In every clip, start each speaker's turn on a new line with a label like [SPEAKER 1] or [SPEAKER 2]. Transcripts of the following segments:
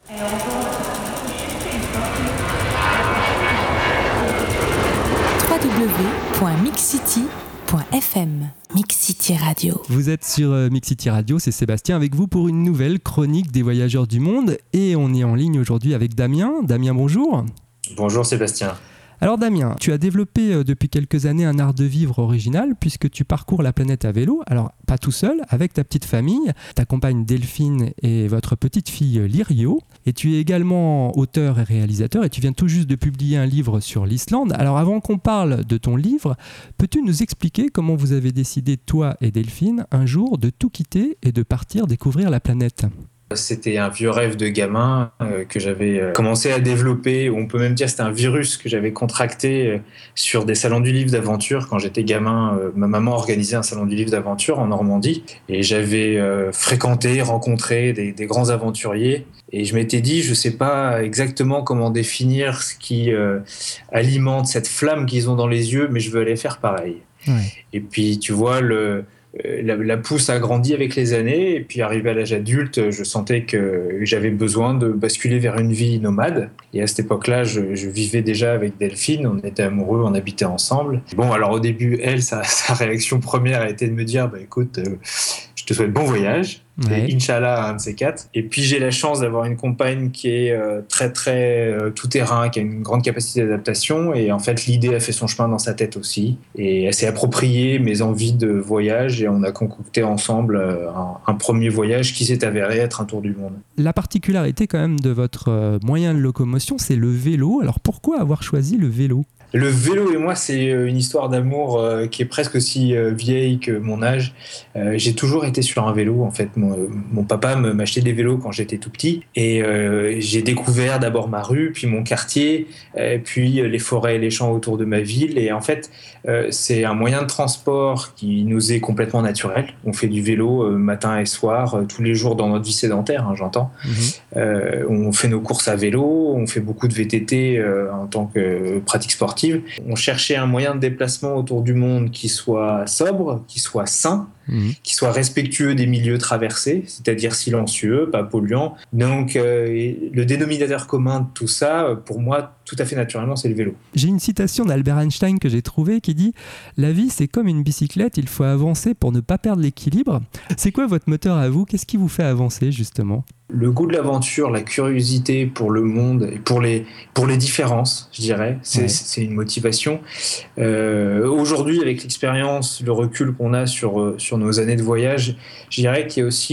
[SPEAKER 1] www.mixcity.fm. Mix City Radio.
[SPEAKER 2] Vous êtes sur Mix City Radio, c'est Sébastien avec vous pour une nouvelle chronique des voyageurs du monde et on est en ligne aujourd'hui avec Damien. Damien, bonjour.
[SPEAKER 3] Bonjour Sébastien.
[SPEAKER 2] Alors Damien, tu as développé depuis quelques années un art de vivre original puisque tu parcours la planète à vélo, alors pas tout seul, avec ta petite famille, ta compagne Delphine et votre petite fille Lyrio. Et tu es également auteur et réalisateur et tu viens tout juste de publier un livre sur l'Islande. Alors avant qu'on parle de ton livre, peux-tu nous expliquer comment vous avez décidé, toi et Delphine, un jour de tout quitter et de partir découvrir la planète ?
[SPEAKER 3] C'était un vieux rêve de gamin que j'avais commencé à développer. On peut même dire que c'était un virus que j'avais contracté sur des salons du livre d'aventure. Quand j'étais gamin, ma maman organisait un salon du livre d'aventure en Normandie. Et j'avais rencontré des grands aventuriers. Et je m'étais dit, je ne sais pas exactement comment définir ce qui alimente cette flamme qu'ils ont dans les yeux, mais je veux aller faire pareil. Ouais. Et puis, tu vois, la pousse a grandi avec les années et puis arrivé à l'âge adulte, je sentais que j'avais besoin de basculer vers une vie nomade. Et à cette époque-là, je vivais déjà avec Delphine, on était amoureux, on habitait ensemble. Bon, alors au début, elle, sa réaction première a été de me dire, écoute, je te souhaite bon voyage. Ouais. Et Inch'Allah, un de ces quatre. Et puis j'ai la chance d'avoir une compagne qui est très très tout-terrain, qui a une grande capacité d'adaptation. Et en fait, l'idée a fait son chemin dans sa tête aussi. Et elle s'est appropriée mes envies de voyage et on a concocté ensemble un premier voyage qui s'est avéré être un tour du monde.
[SPEAKER 2] La particularité quand même de votre moyen de locomotion, c'est le vélo. Alors pourquoi avoir choisi le vélo ?
[SPEAKER 3] Le vélo et moi, c'est une histoire d'amour qui est presque aussi vieille que mon âge. J'ai toujours été sur un vélo. En fait, mon papa m'achetait des vélos quand j'étais tout petit. Et j'ai découvert d'abord ma rue, puis mon quartier, puis les forêts et les champs autour de ma ville. Et en fait, c'est un moyen de transport qui nous est complètement naturel. On fait du vélo matin et soir, tous les jours dans notre vie sédentaire, j'entends. On fait nos courses à vélo, on fait beaucoup de VTT en tant que pratique sportive. On cherchait un moyen de déplacement autour du monde qui soit sobre, qui soit sain, qui soit respectueux des milieux traversés, c'est-à-dire silencieux, pas polluant. Donc, le dénominateur commun de tout ça, pour moi, tout à fait naturellement, c'est le vélo.
[SPEAKER 2] J'ai une citation d'Albert Einstein que j'ai trouvée qui dit « La vie, c'est comme une bicyclette, il faut avancer pour ne pas perdre l'équilibre ». C'est quoi votre moteur à vous ? Qu'est-ce qui vous fait avancer, justement ?
[SPEAKER 3] Le goût de l'aventure, la curiosité pour le monde et pour les différences, je dirais, c'est une motivation. Aujourd'hui, avec l'expérience, le recul qu'on a sur nos années de voyage, je dirais qu'il y a aussi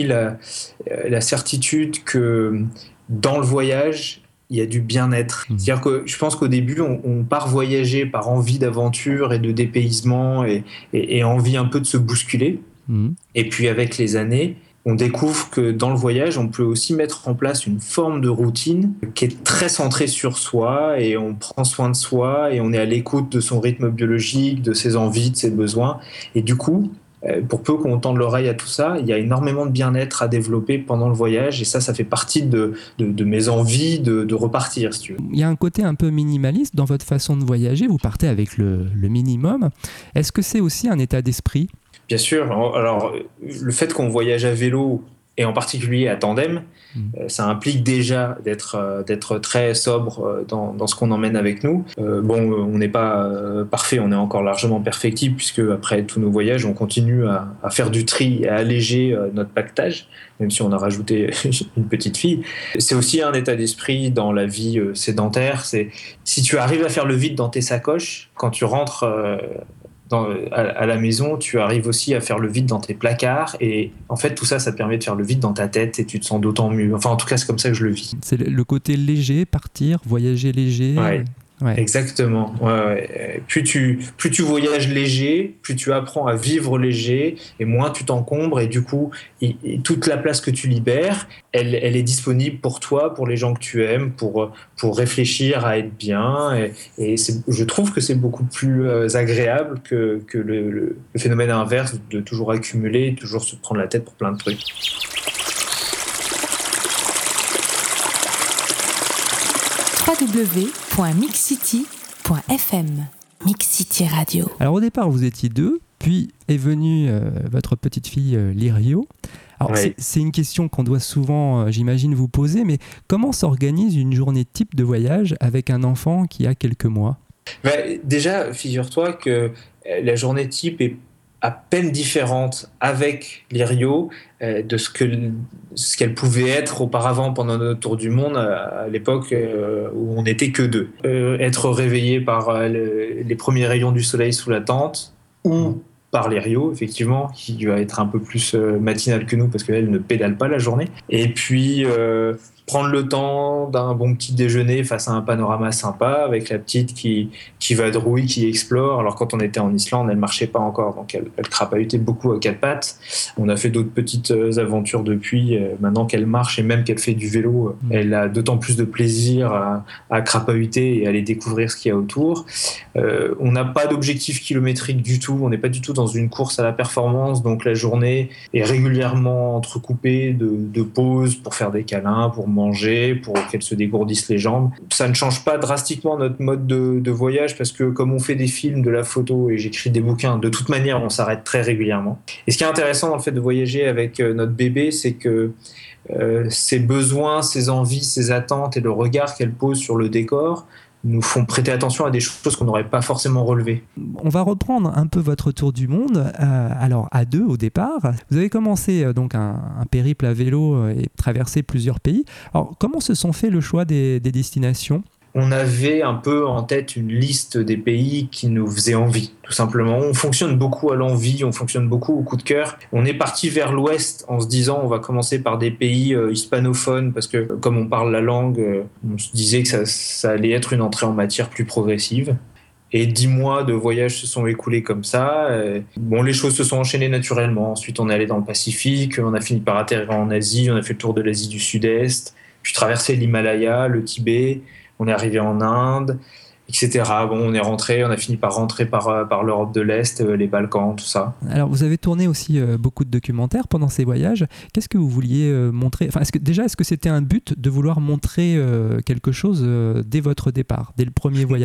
[SPEAKER 3] la certitude que dans le voyage, il y a du bien-être. C'est-à-dire que je pense qu'au début, on part voyager par envie d'aventure et de dépaysement et envie un peu de se bousculer. Et puis avec les années, on découvre que dans le voyage, on peut aussi mettre en place une forme de routine qui est très centrée sur soi et on prend soin de soi et on est à l'écoute de son rythme biologique, de ses envies, de ses besoins. Et du coup, pour peu qu'on tende l'oreille à tout ça, il y a énormément de bien-être à développer pendant le voyage et ça fait partie de mes envies de repartir, si tu veux.
[SPEAKER 2] Il y a un côté un peu minimaliste dans votre façon de voyager, vous partez avec le minimum. Est-ce que c'est aussi un état d'esprit ?
[SPEAKER 3] Bien sûr. Alors, le fait qu'on voyage à vélo, et en particulier à tandem, ça implique déjà d'être très sobre dans ce qu'on emmène avec nous. On n'est pas parfait, on est encore largement perfectible, puisque après tous nos voyages, on continue à faire du tri et à alléger notre pactage, même si on a rajouté une petite fille. C'est aussi un état d'esprit dans la vie sédentaire. C'est si tu arrives à faire le vide dans tes sacoches, quand tu rentres à la maison, tu arrives aussi à faire le vide dans tes placards et en fait tout ça te permet de faire le vide dans ta tête et tu te sens d'autant mieux. Enfin en tout cas c'est comme ça que je le vis.
[SPEAKER 2] C'est le côté léger, partir, voyager léger.
[SPEAKER 3] Ouais. Exactement. Ouais. Plus tu voyages léger, plus tu apprends à vivre léger et moins tu t'encombres et du coup toute la place que tu libères, elle est disponible pour toi, pour les gens que tu aimes, pour réfléchir à être bien et je trouve que c'est beaucoup plus agréable que le phénomène inverse de toujours accumuler, toujours se prendre la tête pour plein de trucs.
[SPEAKER 1] www.mixcity.fm. Mix City Radio.
[SPEAKER 2] Alors au départ vous étiez deux, Puis est venue votre petite fille Lirio. Alors,
[SPEAKER 3] Oui.
[SPEAKER 2] c'est une question qu'on doit souvent, j'imagine, vous poser, mais comment s'organise une journée type de voyage avec un enfant qui a quelques mois ?
[SPEAKER 3] Déjà, figure-toi que la journée type est à peine différente avec Lirio de ce qu'elle pouvait être auparavant pendant notre tour du monde à l'époque où on n'était que deux. Être réveillé par les premiers rayons du soleil sous la tente ou par Lirio, effectivement, qui va être un peu plus matinale que nous parce qu'elle ne pédale pas la journée. Et puis prendre le temps d'un bon petit déjeuner face à un panorama sympa avec la petite qui vadrouille, qui explore. Alors quand on était en Islande, elle marchait pas encore, donc elle crapahutait beaucoup à quatre pattes. On a fait d'autres petites aventures depuis. Maintenant qu'elle marche et même qu'elle fait du vélo, elle a d'autant plus de plaisir à crapahuter et à aller découvrir ce qu'il y a autour. On n'a pas d'objectif kilométrique du tout. On n'est pas du tout dans une course à la performance, donc la journée est régulièrement entrecoupée de pauses pour faire des câlins, pour manger, pour qu'elle se dégourdisse les jambes. Ça ne change pas drastiquement notre mode de voyage parce que comme on fait des films, de la photo et j'écris des bouquins, de toute manière, on s'arrête très régulièrement. Et ce qui est intéressant dans le fait de voyager avec notre bébé, c'est que ses besoins, ses envies, ses attentes et le regard qu'elle pose sur le décor nous font prêter attention à des choses qu'on n'aurait pas forcément relevées.
[SPEAKER 2] On va reprendre un peu votre tour du monde, alors à deux au départ. Vous avez commencé donc un périple à vélo et traversé plusieurs pays. Alors comment se sont fait le choix des destinations ?
[SPEAKER 3] On avait un peu en tête une liste des pays qui nous faisaient envie, tout simplement. On fonctionne beaucoup à l'envie, on fonctionne beaucoup au coup de cœur. On est parti vers l'ouest en se disant on va commencer par des pays hispanophones parce que comme on parle la langue, on se disait que ça allait être une entrée en matière plus progressive. Et 10 mois de voyage se sont écoulés comme ça. Les choses se sont enchaînées naturellement. Ensuite, on est allé dans le Pacifique, on a fini par atterrir en Asie, on a fait le tour de l'Asie du Sud-Est, puis traversé l'Himalaya, le Tibet. On est arrivé en Inde, etc. On est rentré, on a fini par rentrer par l'Europe de l'Est, les Balkans, tout ça.
[SPEAKER 2] Alors, vous avez tourné aussi beaucoup de documentaires pendant ces voyages. Qu'est-ce que vous vouliez montrer ? Enfin, est-ce que c'était un but de vouloir montrer quelque chose dès votre départ, dès le premier voyage ?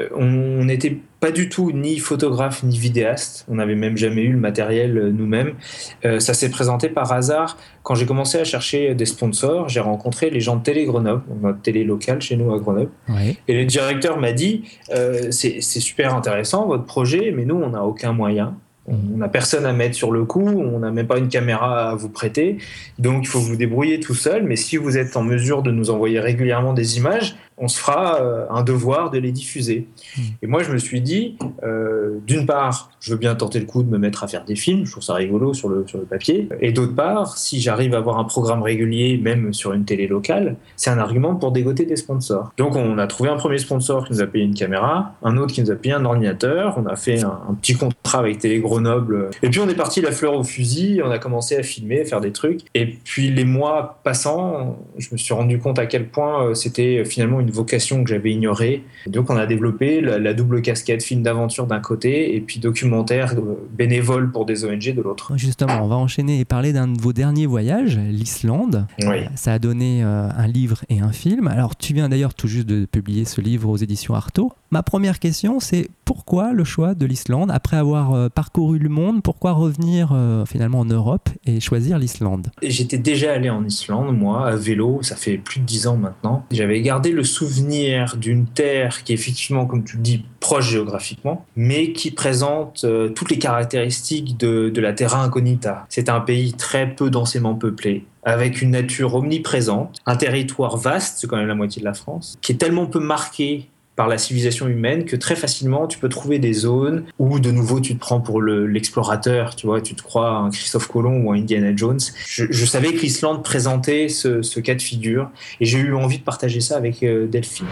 [SPEAKER 3] On n'était pas du tout ni photographe ni vidéaste. On n'avait même jamais eu le matériel nous-mêmes. Ça s'est présenté par hasard. Quand j'ai commencé à chercher des sponsors, j'ai rencontré les gens de Télé Grenoble, notre télé locale chez nous à Grenoble.
[SPEAKER 2] Ouais.
[SPEAKER 3] Et le directeur m'a dit c'est super intéressant votre projet, mais nous, on n'a aucun moyen. On n'a personne à mettre sur le coup, on n'a même pas une caméra à vous prêter. Donc, il faut vous débrouiller tout seul. Mais si vous êtes en mesure de nous envoyer régulièrement des images, on se fera un devoir de les diffuser. Et moi, je me suis dit, d'une part, je veux bien tenter le coup de me mettre à faire des films, je trouve ça rigolo sur le papier. Et d'autre part, si j'arrive à avoir un programme régulier, même sur une télé locale, c'est un argument pour dégoter des sponsors. Donc, on a trouvé un premier sponsor qui nous a payé une caméra, un autre qui nous a payé un ordinateur, on a fait un petit contrat avec Télé Grenoble. Et puis, on est parti la fleur au fusil, on a commencé à filmer, à faire des trucs. Et puis, les mois passant, je me suis rendu compte à quel point c'était finalement une vocation que j'avais ignorée. Et donc on a développé la double casquette film d'aventure d'un côté et puis documentaire bénévole pour des ONG de l'autre.
[SPEAKER 2] Justement, on va enchaîner et parler d'un de vos derniers voyages, l'Islande.
[SPEAKER 3] Oui.
[SPEAKER 2] Ça a donné un livre et un film. Alors tu viens d'ailleurs tout juste de publier ce livre aux éditions Artaud. Ma première question, c'est pourquoi le choix de l'Islande ? Après avoir parcouru le monde, pourquoi revenir finalement en Europe et choisir l'Islande ?
[SPEAKER 3] J'étais déjà allé en Islande, moi, à vélo, ça fait plus de 10 ans maintenant. J'avais gardé le souvenir d'une terre qui est effectivement, comme tu le dis, proche géographiquement, mais qui présente toutes les caractéristiques de la terra incognita. C'est un pays très peu densément peuplé, avec une nature omniprésente, un territoire vaste, c'est quand même la moitié de la France, qui est tellement peu marqué par la civilisation humaine que très facilement tu peux trouver des zones où de nouveau tu te prends pour l'explorateur, tu vois, tu te crois un Christophe Colomb ou un Indiana Jones. Je savais que l'Islande présentait ce cas de figure et j'ai eu envie de partager ça avec Delphine.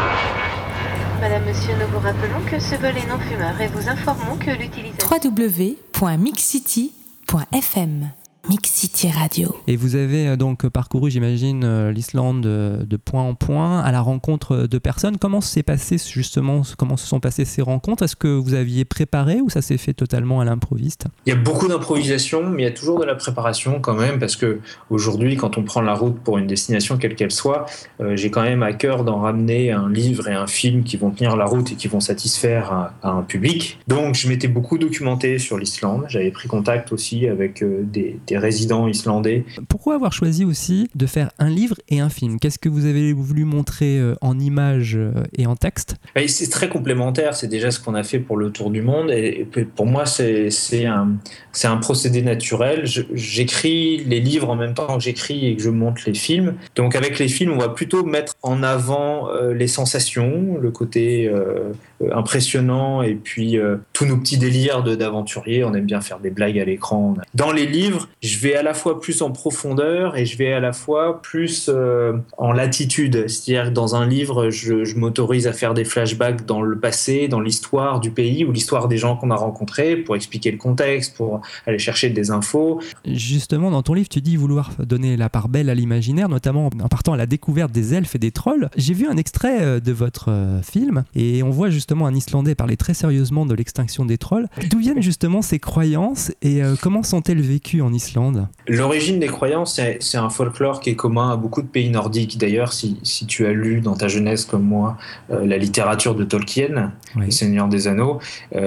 [SPEAKER 4] Madame, monsieur, nous vous rappelons que ce vol est non-fumeur et vous informons que l'utilisation...
[SPEAKER 1] www.mixcity.fm Mix City Radio.
[SPEAKER 2] Et vous avez donc parcouru, j'imagine, l'Islande de point en point à la rencontre de personnes. Comment s'est passé justement, comment se sont passées ces rencontres ? Est-ce que vous aviez préparé ou ça s'est fait totalement à l'improviste ?
[SPEAKER 3] Il y a beaucoup d'improvisation, mais il y a toujours de la préparation quand même, parce que aujourd'hui, quand on prend la route pour une destination quelle qu'elle soit, j'ai quand même à cœur d'en ramener un livre et un film qui vont tenir la route et qui vont satisfaire à un public. Donc je m'étais beaucoup documenté sur l'Islande. J'avais pris contact aussi avec des résidents islandais.
[SPEAKER 2] Pourquoi avoir choisi aussi de faire un livre et un film ? Qu'est-ce que vous avez voulu montrer en images et en texte ?
[SPEAKER 3] C'est très complémentaire, c'est déjà ce qu'on a fait pour le tour du monde et pour moi c'est un procédé naturel. J'écris les livres en même temps que j'écris et que je monte les films. Donc avec les films, on va plutôt mettre en avant les sensations, le côté impressionnant et puis tous nos petits délires d'aventuriers. On aime bien faire des blagues à l'écran. Dans les livres, je vais à la fois plus en profondeur et je vais à la fois plus en latitude. C'est-à-dire que dans un livre, je m'autorise à faire des flashbacks dans le passé, dans l'histoire du pays ou l'histoire des gens qu'on a rencontrés pour expliquer le contexte, pour aller chercher des infos.
[SPEAKER 2] Justement, dans ton livre, tu dis vouloir donner la part belle à l'imaginaire, notamment en partant à la découverte des elfes et des trolls. J'ai vu un extrait de votre film et on voit justement un Islandais parler très sérieusement de l'extinction des trolls. D'où viennent justement ces croyances et comment sont-elles vécues en Islande ?
[SPEAKER 3] L'origine des croyances, c'est un folklore qui est commun à beaucoup de pays nordiques. D'ailleurs, si tu as lu dans ta jeunesse comme moi la littérature de Tolkien, oui. Le Seigneur des Anneaux,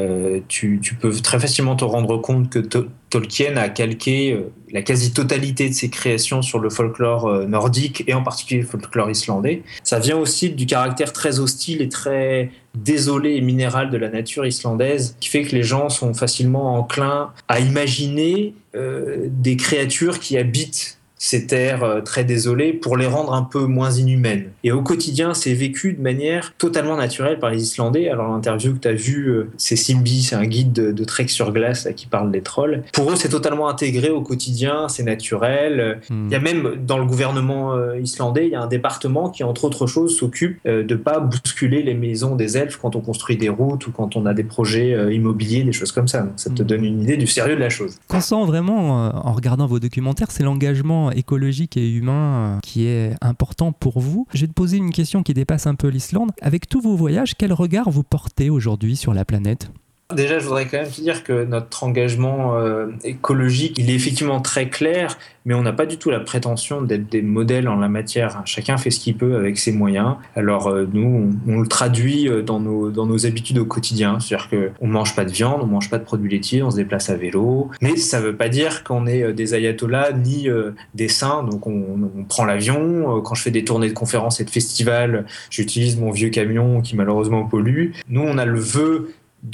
[SPEAKER 3] tu peux très facilement te rendre compte que Tolkien a calqué la quasi-totalité de ses créations sur le folklore nordique et en particulier le folklore islandais. Ça vient aussi du caractère très hostile et très désolé et minéral de la nature islandaise qui fait que les gens sont facilement enclins à imaginer des créatures qui habitent ces terres très désolées pour les rendre un peu moins inhumaines. Et au quotidien, c'est vécu de manière totalement naturelle par les Islandais. Alors l'interview que tu as vue, c'est Simbi, c'est un guide de trek sur glace qui parle des trolls. Pour eux, c'est totalement intégré au quotidien, c'est naturel. Il y a même dans le gouvernement islandais, il y a un département qui, entre autres choses, s'occupe de ne pas bousculer les maisons des elfes quand on construit des routes ou quand on a des projets immobiliers, des choses comme ça. Donc, ça te donne une idée du sérieux de la chose.
[SPEAKER 2] Ce qu'on sent vraiment en regardant vos documentaires, c'est l'engagement écologique et humain qui est important pour vous. Je vais te poser une question qui dépasse un peu l'Islande. Avec tous vos voyages, quel regard vous portez aujourd'hui sur la planète ?
[SPEAKER 3] Déjà, je voudrais quand même te dire que notre engagement écologique, il est effectivement très clair, mais on n'a pas du tout la prétention d'être des modèles en la matière. Chacun fait ce qu'il peut avec ses moyens. Alors nous, on le traduit dans nos habitudes au quotidien. C'est-à-dire qu'on ne mange pas de viande, on ne mange pas de produits laitiers, on se déplace à vélo. Mais ça ne veut pas dire qu'on est des ayatollahs ni des saints. Donc on prend l'avion. Quand je fais des tournées de conférences et de festivals, j'utilise mon vieux camion qui malheureusement pollue. Nous, on a le vœu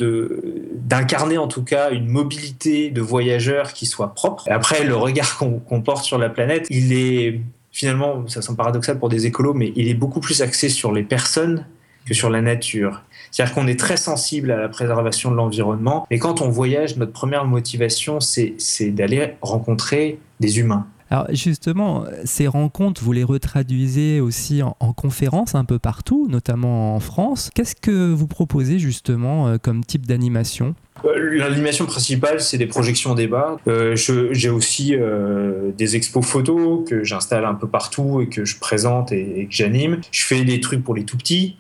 [SPEAKER 3] d'incarner en tout cas une mobilité de voyageurs qui soit propre. Et après, le regard qu'on porte sur la planète, il est finalement, ça semble paradoxal pour des écolos, mais il est beaucoup plus axé sur les personnes que sur la nature. C'est-à-dire qu'on est très sensible à la préservation de l'environnement, mais quand on voyage, notre première motivation, c'est d'aller rencontrer des humains.
[SPEAKER 2] Alors justement, ces rencontres, vous les retraduisez aussi en conférences un peu partout, notamment en France. Qu'est-ce que vous proposez justement comme type d'animation ?
[SPEAKER 3] L'animation principale, c'est des projections débats. J'ai aussi des expos photos que j'installe un peu partout et que je présente et que j'anime. Je fais des trucs pour les tout petits,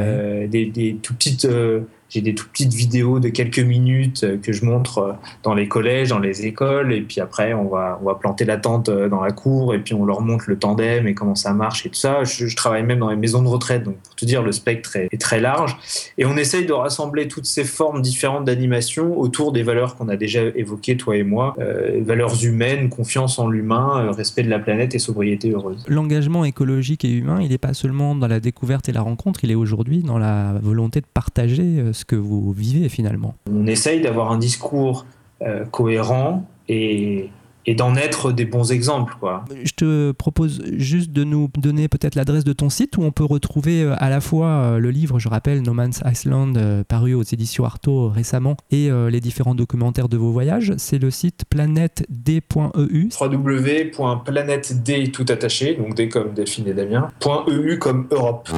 [SPEAKER 3] des tout petites... J'ai des tout petites vidéos de quelques minutes que je montre dans les collèges, dans les écoles, et puis après on va planter la tente dans la cour et puis on leur montre le tandem et comment ça marche et tout ça. Je travaille même dans les maisons de retraite, donc pour te dire, le spectre est très large. Et on essaye de rassembler toutes ces formes différentes d'animation autour des valeurs qu'on a déjà évoquées, toi et moi, valeurs humaines, confiance en l'humain, respect de la planète et sobriété heureuse.
[SPEAKER 2] L'engagement écologique et humain, il n'est pas seulement dans la découverte et la rencontre, il est aujourd'hui dans la volonté de partager ce que vous vivez finalement.
[SPEAKER 3] On essaye d'avoir un discours cohérent et d'en être des bons exemples, quoi.
[SPEAKER 2] Je te propose juste de nous donner peut-être l'adresse de ton site où on peut retrouver à la fois le livre, je rappelle, No Man's Island, paru aux éditions Artaud récemment, et les différents documentaires de vos voyages. C'est le site planetd.eu.
[SPEAKER 3] www.planetd tout attaché, donc D comme Delphine et Damien, .eu comme Europe.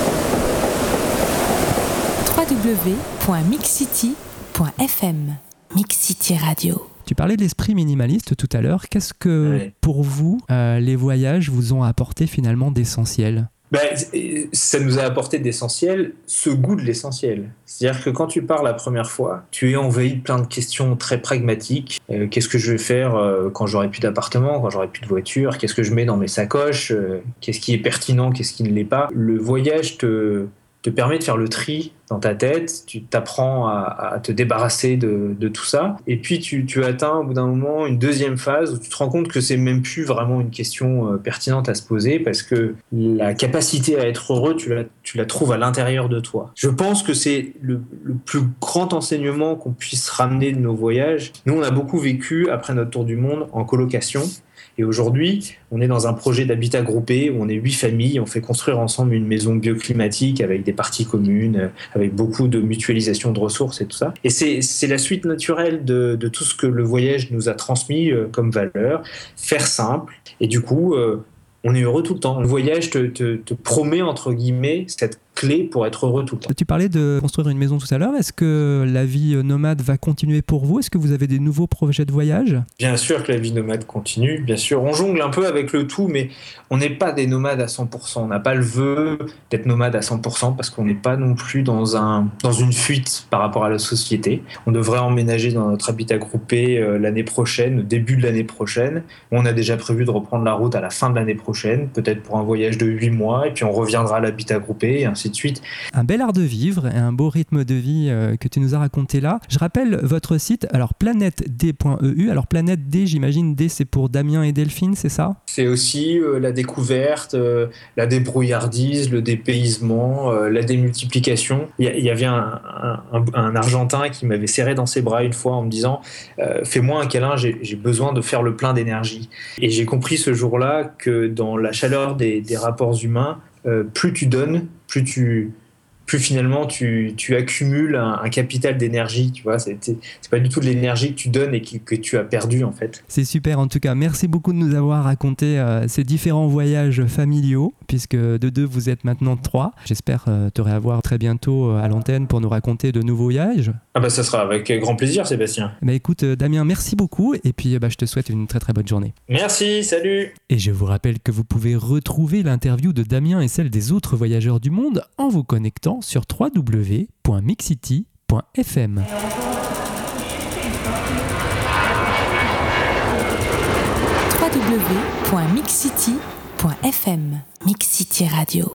[SPEAKER 1] www.mixcity.fm Mix City Radio.
[SPEAKER 2] Tu parlais de l'esprit minimaliste tout à l'heure. Qu'est-ce que, pour vous, les voyages vous ont apporté finalement d'essentiel ?
[SPEAKER 3] Ça nous a apporté d'essentiel, ce goût de l'essentiel. C'est-à-dire que quand tu pars la première fois, tu es envahi de plein de questions très pragmatiques. Qu'est-ce que je vais faire quand j'aurai plus d'appartement, quand j'aurai plus de voiture ? Qu'est-ce que je mets dans mes sacoches ? Qu'est-ce qui est pertinent, qu'est-ce qui ne l'est pas ? Le voyage te permet de faire le tri dans ta tête, tu t'apprends à te débarrasser de tout ça, et puis tu atteins au bout d'un moment une deuxième phase où tu te rends compte que c'est même plus vraiment une question pertinente à se poser, parce que la capacité à être heureux, tu la trouves à l'intérieur de toi. Je pense que c'est le plus grand enseignement qu'on puisse ramener de nos voyages. Nous, on a beaucoup vécu, après notre tour du monde, en colocation. Et aujourd'hui, on est dans un projet d'habitat groupé où on est 8 familles. On fait construire ensemble une maison bioclimatique avec des parties communes, avec beaucoup de mutualisation de ressources et tout ça. Et c'est la suite naturelle de tout ce que le voyage nous a transmis comme valeur. Faire simple. Et du coup, on est heureux tout le temps. Le voyage te promet, entre guillemets, cette clé pour être heureux tout le temps.
[SPEAKER 2] Tu parlais de construire une maison tout à l'heure. Est-ce que la vie nomade va continuer pour vous ? Est-ce que vous avez des nouveaux projets de voyage ?
[SPEAKER 3] Bien sûr que la vie nomade continue. Bien sûr, on jongle un peu avec le tout, mais on n'est pas des nomades à 100%. On n'a pas le vœu d'être nomade à 100% parce qu'on n'est pas non plus dans une fuite par rapport à la société. On devrait emménager dans notre habitat groupé l'année prochaine, au début de l'année prochaine. On a déjà prévu de reprendre la route à la fin de l'année prochaine, peut-être pour un voyage de 8 mois, et puis on reviendra à l'habitat groupé, et ainsi de suite.
[SPEAKER 2] Un bel art de vivre et un beau rythme de vie que tu nous as raconté là. Je rappelle votre site, alors planètd.eu. Alors Planète D, j'imagine D c'est pour Damien et Delphine, c'est ça ?
[SPEAKER 3] C'est aussi la découverte, la débrouillardise, le dépaysement, la démultiplication. Il y avait un Argentin qui m'avait serré dans ses bras une fois en me disant fais-moi un câlin, j'ai besoin de faire le plein d'énergie. Et j'ai compris ce jour-là que dans la chaleur des rapports humains, plus tu donnes, plus finalement tu accumules un capital d'énergie, tu vois. C'est pas du tout de l'énergie que tu donnes et que tu as perdu en fait.
[SPEAKER 2] C'est super en tout cas. Merci beaucoup de nous avoir raconté ces différents voyages familiaux, puisque de 2 vous êtes maintenant 3. J'espère te réavoir très bientôt à l'antenne pour nous raconter de nouveaux voyages.
[SPEAKER 3] Ça sera avec grand plaisir, Sébastien.
[SPEAKER 2] Écoute Damien, merci beaucoup et puis je te souhaite une très très bonne journée.
[SPEAKER 3] Merci, salut.
[SPEAKER 2] Et je vous rappelle que vous pouvez retrouver l'interview de Damien et celle des autres voyageurs du monde en vous connectant sur www.mixcity.fm.
[SPEAKER 1] www.mixcity.fm. Mix City Radio.